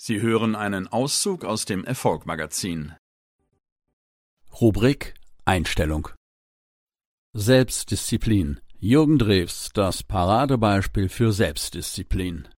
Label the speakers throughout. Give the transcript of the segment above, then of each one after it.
Speaker 1: Sie hören einen Auszug aus dem Erfolg-Magazin.
Speaker 2: Rubrik Einstellung. Selbstdisziplin. Jürgen Drews, das Paradebeispiel für Selbstdisziplin.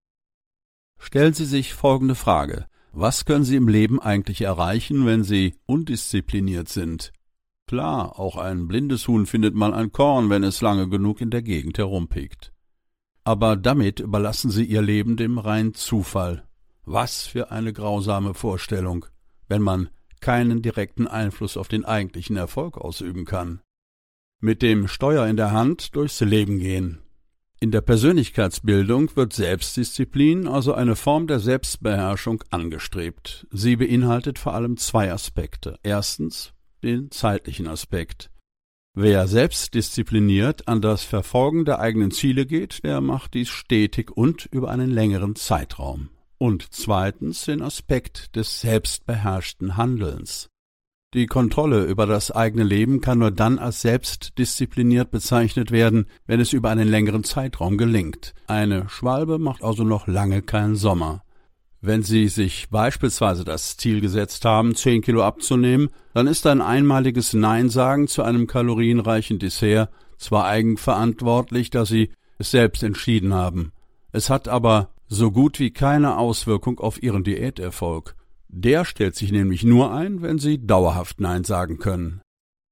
Speaker 2: Stellen Sie sich folgende Frage: Was können Sie im Leben eigentlich erreichen, wenn Sie undiszipliniert sind? Klar, auch ein blindes Huhn findet mal ein Korn, wenn es lange genug in der Gegend herumpiekt. Aber damit überlassen Sie Ihr Leben dem reinen Zufall. Was für eine grausame Vorstellung, wenn man keinen direkten Einfluss auf den eigentlichen Erfolg ausüben kann. Mit dem Steuer in der Hand durchs Leben gehen. In der Persönlichkeitsbildung wird Selbstdisziplin, also eine Form der Selbstbeherrschung, angestrebt. Sie beinhaltet vor allem zwei Aspekte. Erstens den zeitlichen Aspekt. Wer selbstdiszipliniert an das Verfolgen der eigenen Ziele geht, der macht dies stetig und über einen längeren Zeitraum. Und zweitens den Aspekt des selbstbeherrschten Handelns. Die Kontrolle über das eigene Leben kann nur dann als selbstdiszipliniert bezeichnet werden, wenn es über einen längeren Zeitraum gelingt. Eine Schwalbe macht also noch lange keinen Sommer. Wenn Sie sich beispielsweise das Ziel gesetzt haben, 10 Kilo abzunehmen, dann ist ein einmaliges Nein sagen zu einem kalorienreichen Dessert zwar eigenverantwortlich, da Sie es selbst entschieden haben. Es hat aber so gut wie keine Auswirkung auf Ihren Diäterfolg. Der stellt sich nämlich nur ein, wenn Sie dauerhaft Nein sagen können.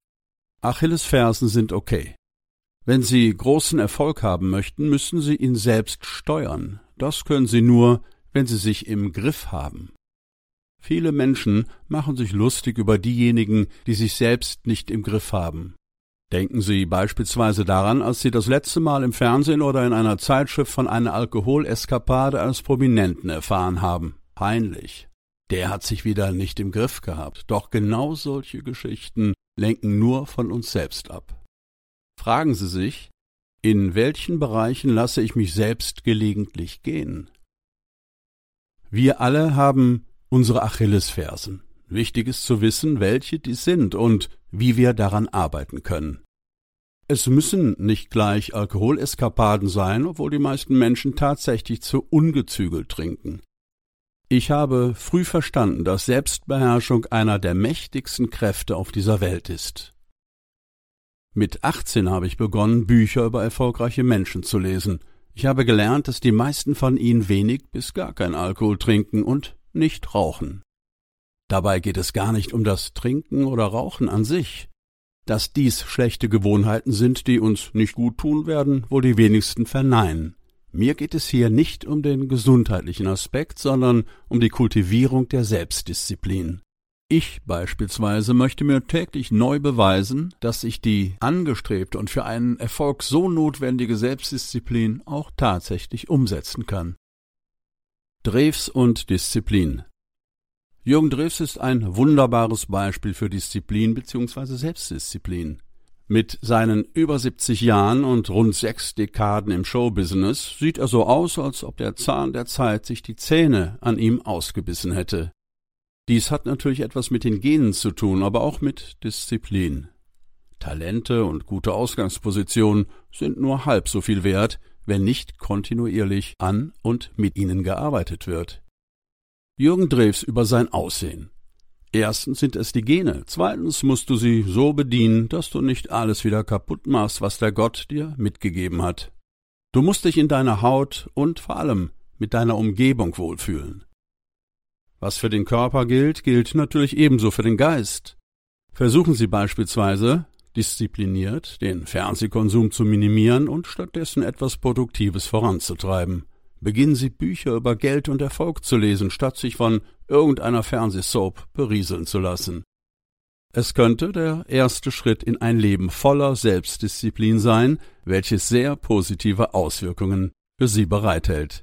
Speaker 2: Achillesfersen sind okay. Wenn Sie großen Erfolg haben möchten, müssen Sie ihn selbst steuern. Das können Sie nur, wenn Sie sich im Griff haben. Viele Menschen machen sich lustig über diejenigen, die sich selbst nicht im Griff haben. Denken Sie beispielsweise daran, als Sie das letzte Mal im Fernsehen oder in einer Zeitschrift von einer Alkoholeskapade eines Prominenten erfahren haben. Peinlich. Der hat sich wieder nicht im Griff gehabt. Doch genau solche Geschichten lenken nur von uns selbst ab. Fragen Sie sich, in welchen Bereichen lasse ich mich selbst gelegentlich gehen? Wir alle haben unsere Achillesfersen. Wichtig ist zu wissen, welche die sind und wie wir daran arbeiten können. Es müssen nicht gleich Alkoholeskapaden sein, obwohl die meisten Menschen tatsächlich zu ungezügelt trinken. Ich habe früh verstanden, dass Selbstbeherrschung einer der mächtigsten Kräfte auf dieser Welt ist. Mit 18 habe ich begonnen, Bücher über erfolgreiche Menschen zu lesen. Ich habe gelernt, dass die meisten von ihnen wenig bis gar kein Alkohol trinken und nicht rauchen. Dabei geht es gar nicht um das Trinken oder Rauchen an sich. Dass dies schlechte Gewohnheiten sind, die uns nicht gut tun, werden wohl die wenigsten verneinen. Mir geht es hier nicht um den gesundheitlichen Aspekt, sondern um die Kultivierung der Selbstdisziplin. Ich beispielsweise möchte mir täglich neu beweisen, dass ich die angestrebte und für einen Erfolg so notwendige Selbstdisziplin auch tatsächlich umsetzen kann. Drews und Disziplin. Jürgen Drews ist ein wunderbares Beispiel für Disziplin bzw. Selbstdisziplin. Mit seinen über 70 Jahren und rund 6 Dekaden im Showbusiness sieht er so aus, als ob der Zahn der Zeit sich die Zähne an ihm ausgebissen hätte. Dies hat natürlich etwas mit den Genen zu tun, aber auch mit Disziplin. Talente und gute Ausgangspositionen sind nur halb so viel wert, wenn nicht kontinuierlich an und mit ihnen gearbeitet wird. Jürgen Drews über sein Aussehen. Erstens sind es die Gene, zweitens musst du sie so bedienen, dass du nicht alles wieder kaputt machst, was der Gott dir mitgegeben hat. Du musst dich in deiner Haut und vor allem mit deiner Umgebung wohlfühlen. Was für den Körper gilt, gilt natürlich ebenso für den Geist. Versuchen Sie beispielsweise, diszipliniert den Fernsehkonsum zu minimieren und stattdessen etwas Produktives voranzutreiben. Beginnen Sie Bücher über Geld und Erfolg zu lesen, statt sich von irgendeiner Fernsehsoap berieseln zu lassen. Es könnte der erste Schritt in ein Leben voller Selbstdisziplin sein, welches sehr positive Auswirkungen für Sie bereithält.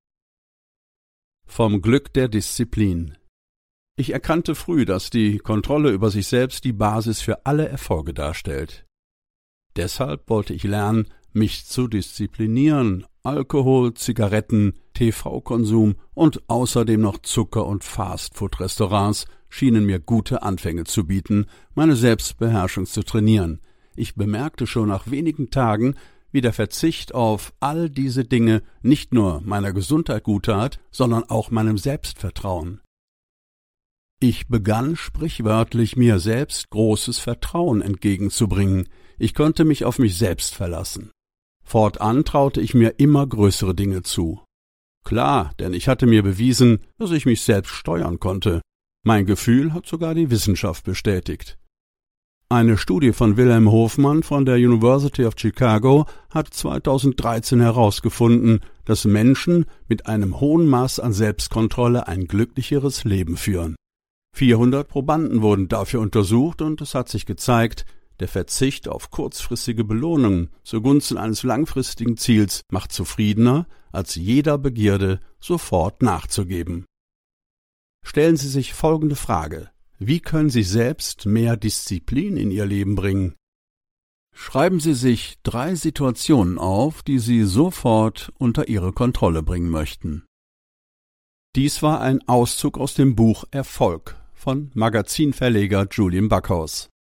Speaker 2: Vom Glück der Disziplin. Ich erkannte früh, dass die Kontrolle über sich selbst die Basis für alle Erfolge darstellt. Deshalb wollte ich lernen, mich zu disziplinieren. Alkohol, Zigaretten, TV-Konsum und außerdem noch Zucker- und Fastfood-Restaurants schienen mir gute Anfänge zu bieten, meine Selbstbeherrschung zu trainieren. Ich bemerkte schon nach wenigen Tagen, wie der Verzicht auf all diese Dinge nicht nur meiner Gesundheit guttat, sondern auch meinem Selbstvertrauen. Ich begann sprichwörtlich mir selbst großes Vertrauen entgegenzubringen. Ich konnte mich auf mich selbst verlassen. Fortan traute ich mir immer größere Dinge zu. Klar, denn ich hatte mir bewiesen, dass ich mich selbst steuern konnte. Mein Gefühl hat sogar die Wissenschaft bestätigt. Eine Studie von Wilhelm Hofmann von der University of Chicago hat 2013 herausgefunden, dass Menschen mit einem hohen Maß an Selbstkontrolle ein glücklicheres Leben führen. 400 Probanden wurden dafür untersucht und es hat sich gezeigt, der Verzicht auf kurzfristige Belohnungen zugunsten eines langfristigen Ziels macht zufriedener, als jeder Begierde sofort nachzugeben. Stellen Sie sich folgende Frage: Wie können Sie selbst mehr Disziplin in Ihr Leben bringen? Schreiben Sie sich 3 Situationen auf, die Sie sofort unter Ihre Kontrolle bringen möchten. Dies war ein Auszug aus dem Buch Erfolg von Magazinverleger Julian Backhaus.